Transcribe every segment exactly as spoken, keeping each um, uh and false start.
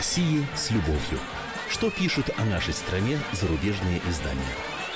России с любовью. Что пишут о нашей стране зарубежные издания?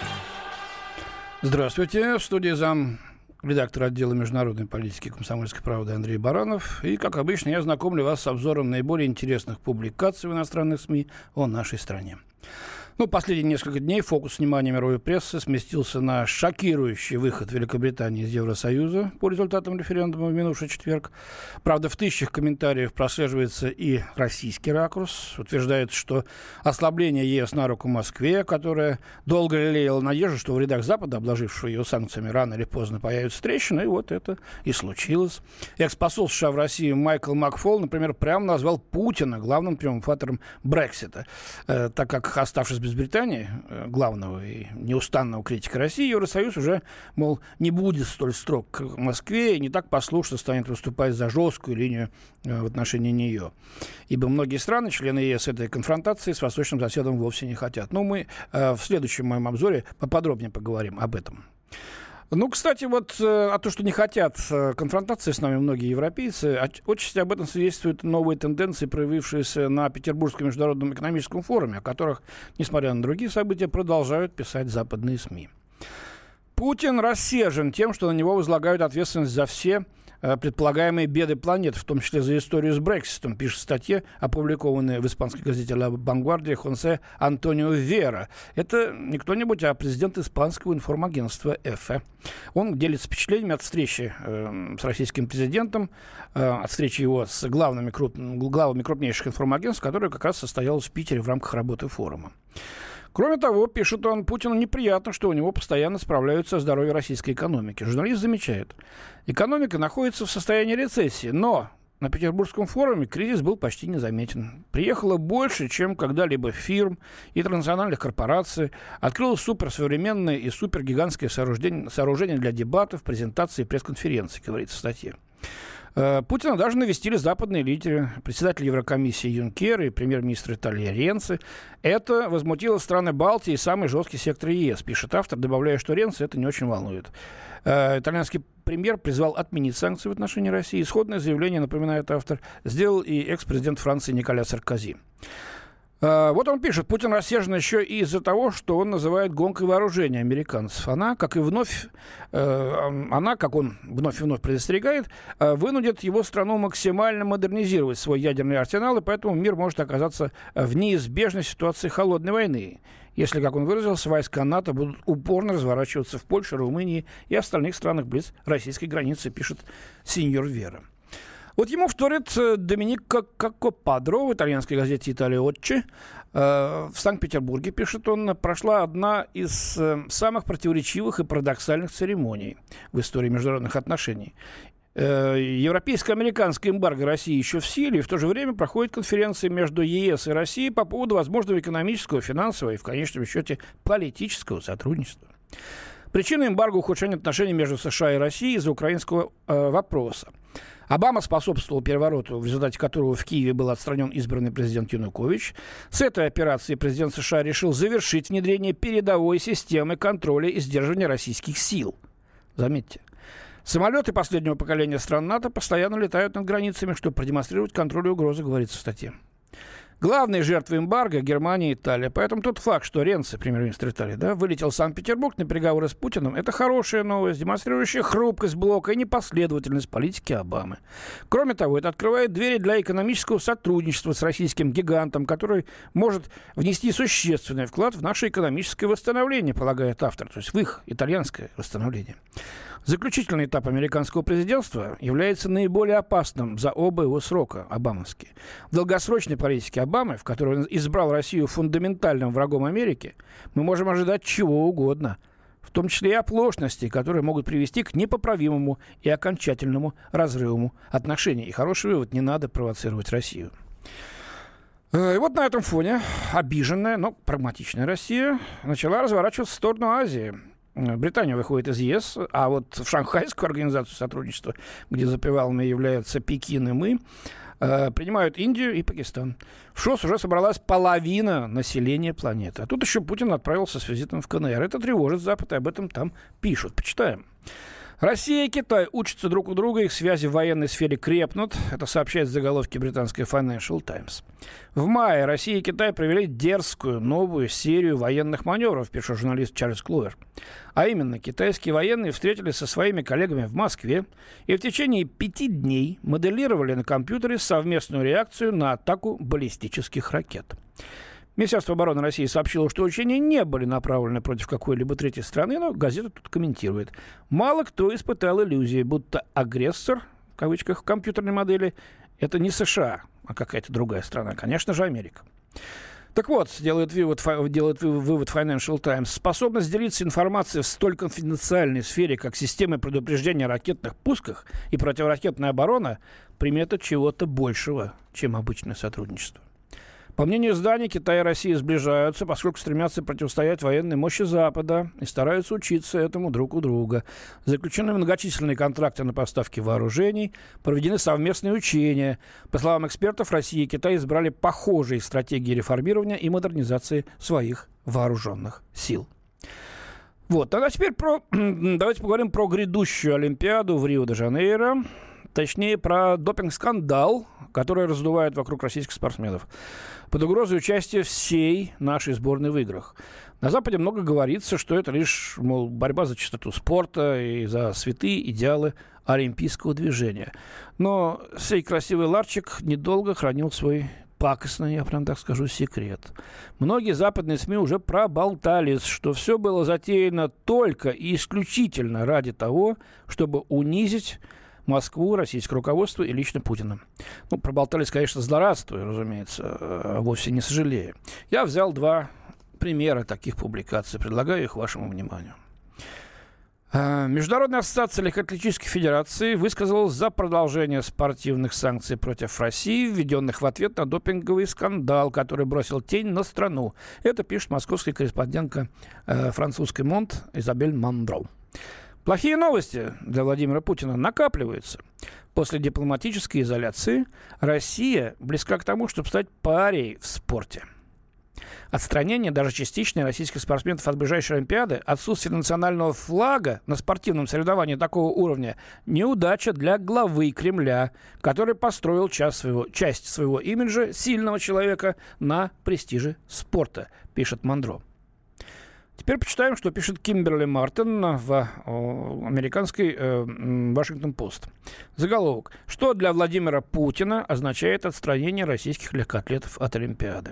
Здравствуйте. В студии зам редактор отдела международной политики «Комсомольской правды» Андрей Баранов. И, как обычно, я знакомлю вас с обзором наиболее интересных публикаций в иностранных СМИ о нашей стране. Ну, последние несколько дней фокус внимания мировой прессы сместился на шокирующий выход Великобритании из Евросоюза по результатам референдума в минувший четверг. Правда, в тысячах комментариев прослеживается и российский ракурс. Утверждается, что ослабление ЕС на руку Москве, которая долго лелеяла надежду, что в рядах Запада, обложившего ее санкциями, рано или поздно появятся трещины, и вот это и случилось. Экс-посол США в России Майкл Макфол, например, прямо назвал Путина главным триумфатором Брексита, э, так как, оставшись без Британии, главного и неустанного критика России, Евросоюз уже, мол, не будет столь строг к Москве и не так послушно станет выступать за жесткую линию в отношении нее. Ибо многие страны, члены ЕС, этой конфронтации с восточным соседом вовсе не хотят. Но мы в следующем моем обзоре поподробнее поговорим об этом. Ну, кстати, вот э, а то, что не хотят э, конфронтации с нами многие европейцы, отчасти об этом свидетельствуют новые тенденции, проявившиеся на Петербургском международном экономическом форуме, о которых, несмотря на другие события, продолжают писать западные СМИ. Путин рассержен тем, что на него возлагают ответственность за все предполагаемые беды планеты, в том числе за историю с Брекситом, пишет в статье, опубликованной в испанской газете «Ла Вангардия» Хосе Антонио Вера. Это не кто-нибудь, а президент испанского информагентства «Эфе». Он делится впечатлениями от встречи э, с российским президентом, э, от встречи его с главными, круп, главами крупнейших информагентств, которая как раз состоялась в Питере в рамках работы форума. Кроме того, пишет он, Путину неприятно, что у него постоянно справляются о здоровье российской экономики. Журналист замечает, экономика находится в состоянии рецессии, но на Петербургском форуме кризис был почти незаметен. Приехало больше, чем когда-либо фирм и транснациональных корпораций, открылось суперсовременное и супергигантское сооружение, сооружение для дебатов, презентаций и пресс-конференций, говорится в статье. Путина даже навестили западные лидеры, председатель Еврокомиссии Юнкер и премьер-министр Италии Ренци. Это возмутило страны Балтии и самый жесткий сектор ЕС, пишет автор, добавляя, что Ренци это не очень волнует. Итальянский премьер призвал отменить санкции в отношении России. Исходное заявление, напоминает автор, сделал и экс-президент Франции Николя Саркози. Вот он пишет, Путин рассержен еще и из-за того, что он называет гонкой вооружения американцев. Она, как и вновь, э, она, как он вновь и вновь предостерегает, э, вынудит его страну максимально модернизировать свой ядерный арсенал, и поэтому мир может оказаться в неизбежной ситуации холодной войны, если, как он выразился, войска НАТО будут упорно разворачиваться в Польше, Румынии и остальных странах близ российской границы, пишет сеньор Вера. Вот ему вторит Доменико Кокопадро в итальянской газете «Италия Отчи». В Санкт-Петербурге, пишет он, прошла одна из самых противоречивых и парадоксальных церемоний в истории международных отношений. Европейско-американское эмбарго России еще в силе, и в то же время проходит конференция между ЕС и Россией по поводу возможного экономического, финансового и, в конечном счете, политического сотрудничества. Причиной эмбарго — ухудшение отношений между США и Россией из-за украинского э, вопроса. Обама способствовал перевороту, в результате которого в Киеве был отстранен избранный президент Янукович. С этой операцией президент США решил завершить внедрение передовой системы контроля и сдерживания российских сил. Заметьте. Самолеты последнего поколения стран НАТО постоянно летают над границами, чтобы продемонстрировать контроль и угрозы, говорится в статье. Главные жертвы эмбарго — Германия и Италия. Поэтому тот факт, что Ренци, премьер-министр Италии, да, вылетел в Санкт-Петербург на переговоры с Путиным, это хорошая новость, демонстрирующая хрупкость блока и непоследовательность политики Обамы. Кроме того, это открывает двери для экономического сотрудничества с российским гигантом, который может внести существенный вклад в наше экономическое восстановление, полагает автор, то есть в их итальянское восстановление. Заключительный этап американского президентства является наиболее опасным за оба его срока, обамовские. В долгосрочной политике Обамы, в которой он избрал Россию фундаментальным врагом Америки, мы можем ожидать чего угодно, в том числе и оплошностей, которые могут привести к непоправимому и окончательному разрыву отношений. И хороший вывод: не надо провоцировать Россию. И вот на этом фоне обиженная, но прагматичная Россия начала разворачиваться в сторону Азии. Британия выходит из ЕС, а вот в Шанхайскую организацию сотрудничества, где запевалами являются Пекин и мы, э, принимают Индию и Пакистан. В ШОС уже собралась половина населения планеты. А тут еще Путин отправился с визитом в КНР. Это тревожит Запад, и об этом там пишут. Почитаем. Россия и Китай учатся друг у друга, их связи в военной сфере крепнут. Это сообщает в заголовке британской Financial Times. В мае Россия и Китай провели дерзкую новую серию военных маневров, пишет журналист Чарльз Клувер. А именно, китайские военные встретились со своими коллегами в Москве и в течение пяти дней моделировали на компьютере совместную реакцию на атаку баллистических ракет. Министерство обороны России сообщило, что учения не были направлены против какой-либо третьей страны, но газета тут комментирует. Мало кто испытал иллюзии, будто агрессор, в кавычках, в компьютерной модели, это не США, а какая-то другая страна, конечно же, Америка. Так вот, делает вывод, делает вывод Financial Times, способность делиться информацией в столь конфиденциальной сфере, как системы предупреждения о ракетных пусках и противоракетная оборона, примета чего-то большего, чем обычное сотрудничество. По мнению издания, Китай и Россия сближаются, поскольку стремятся противостоять военной мощи Запада и стараются учиться этому друг у друга. Заключены многочисленные контракты на поставки вооружений, проведены совместные учения. По словам экспертов, Россия и Китай избрали похожие стратегии реформирования и модернизации своих вооруженных сил. Вот, а теперь про, давайте поговорим про грядущую Олимпиаду в Рио-де-Жанейро. Точнее, про допинг-скандал, который раздувает вокруг российских спортсменов. Под угрозой участия всей нашей сборной в играх. На Западе много говорится, что это лишь, мол, борьба за чистоту спорта и за святые идеалы олимпийского движения. Но сей красивый ларчик недолго хранил свой пакостный, я прям так скажу, секрет. Многие западные СМИ уже проболтались, что все было затеяно только и исключительно ради того, чтобы унизить Москву, российское руководство и лично Путина. Ну, проболтались, конечно, злорадствуя, разумеется, а вовсе не сожалея. Я взял два примера таких публикаций, предлагаю их вашему вниманию. Международная ассоциация легкоатлетических федераций высказалась за продолжение спортивных санкций против России, введенных в ответ на допинговый скандал, который бросил тень на страну. Это пишет московская корреспондентка э, французской Монт Изабель Мандро. Плохие новости для Владимира Путина накапливаются. После дипломатической изоляции Россия близка к тому, чтобы стать парией в спорте. Отстранение даже частичное российских спортсменов от ближайшей Олимпиады, отсутствие национального флага на спортивном соревновании такого уровня – неудача для главы Кремля, который построил часть своего, часть своего имиджа сильного человека на престиже спорта, пишет Мандро. Теперь почитаем, что пишет Кимберли Мартин в американской Washington Post. Заголовок. Что для Владимира Путина означает отстранение российских легкоатлетов от Олимпиады?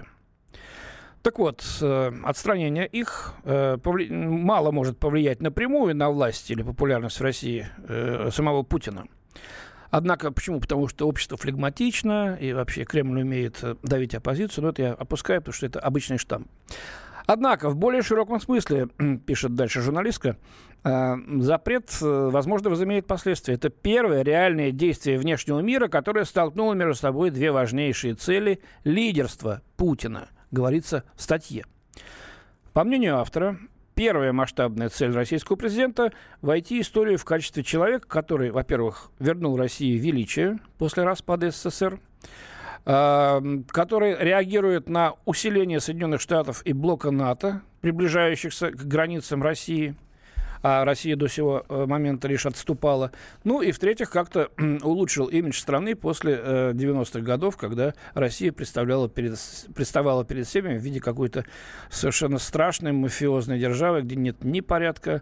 Так вот, отстранение их повли... мало может повлиять напрямую на власть или популярность в России самого Путина. Однако, почему? Потому что общество флегматично, и вообще Кремль умеет давить оппозицию, но это я опускаю, потому что это обычный штамп. Однако, в более широком смысле, пишет дальше журналистка, запрет, возможно, возымеет последствия. Это первое реальное действие внешнего мира, которое столкнуло между собой две важнейшие цели лидерства Путина, говорится в статье. По мнению автора, первая масштабная цель российского президента – войти в историю в качестве человека, который, во-первых, вернул России величие после распада СССР, который реагирует на усиление Соединенных Штатов и блока НАТО, приближающихся к границам России, а Россия до сего момента лишь отступала. Ну и, в-третьих, как-то улучшил имидж страны после девяностых годов, когда Россия представляла перед, представала перед всеми в виде какой-то совершенно страшной мафиозной державы, где нет ни порядка,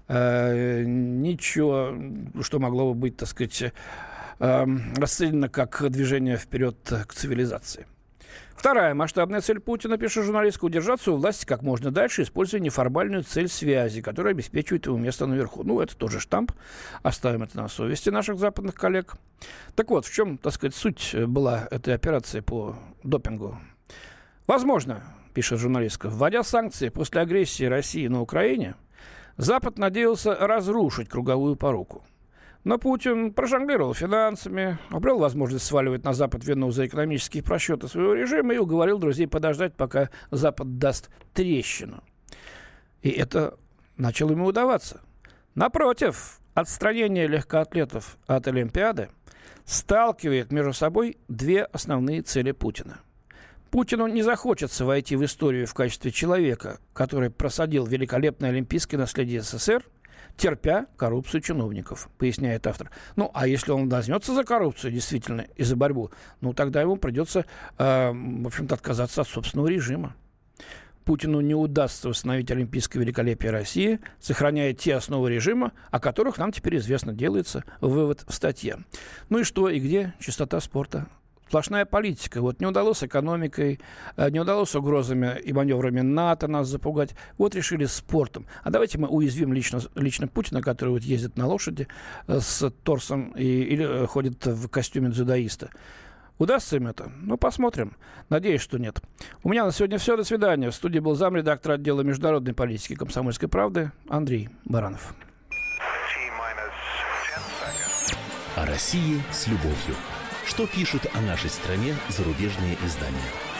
ничего, что могло бы быть, так сказать, расценено как движение вперед к цивилизации. Вторая масштабная цель Путина, пишет журналистка, удержаться у власти как можно дальше, используя неформальную цель связи, которая обеспечивает его место наверху. Ну, это тоже штамп. Оставим это на совести наших западных коллег. Так вот, в чем, так сказать, суть была этой операции по допингу? Возможно, пишет журналистка, вводя санкции после агрессии России на Украине, Запад надеялся разрушить круговую поруку. Но Путин прожонглировал финансами, обрел возможность сваливать на Запад вину за экономические просчеты своего режима и уговорил друзей подождать, пока Запад даст трещину. И это начало ему удаваться. Напротив, отстранение легкоатлетов от Олимпиады сталкивает между собой две основные цели Путина. Путину не захочется войти в историю в качестве человека, который просадил великолепное олимпийское наследие СССР терпя коррупцию чиновников, поясняет автор. Ну, а если он возьмется за коррупцию, действительно, и за борьбу, ну, тогда ему придется, э, в общем-то, отказаться от собственного режима. Путину не удастся восстановить олимпийское великолепие России, сохраняя те основы режима, о которых нам теперь известно, делается вывод в статье. Ну и что, и где чистота спорта? Сплошная политика. Вот не удалось экономикой, не удалось угрозами и маневрами НАТО нас запугать. Вот решили спортом. А давайте мы уязвим лично, лично Путина, который вот ездит на лошади с торсом и, или ходит в костюме дзюдоиста. Удастся им это? Ну, посмотрим. Надеюсь, что нет. У меня на сегодня все. До свидания. В студии был замредактор отдела международной политики «Комсомольской правды» Андрей Баранов. О России с любовью. Что пишут о нашей стране зарубежные издания?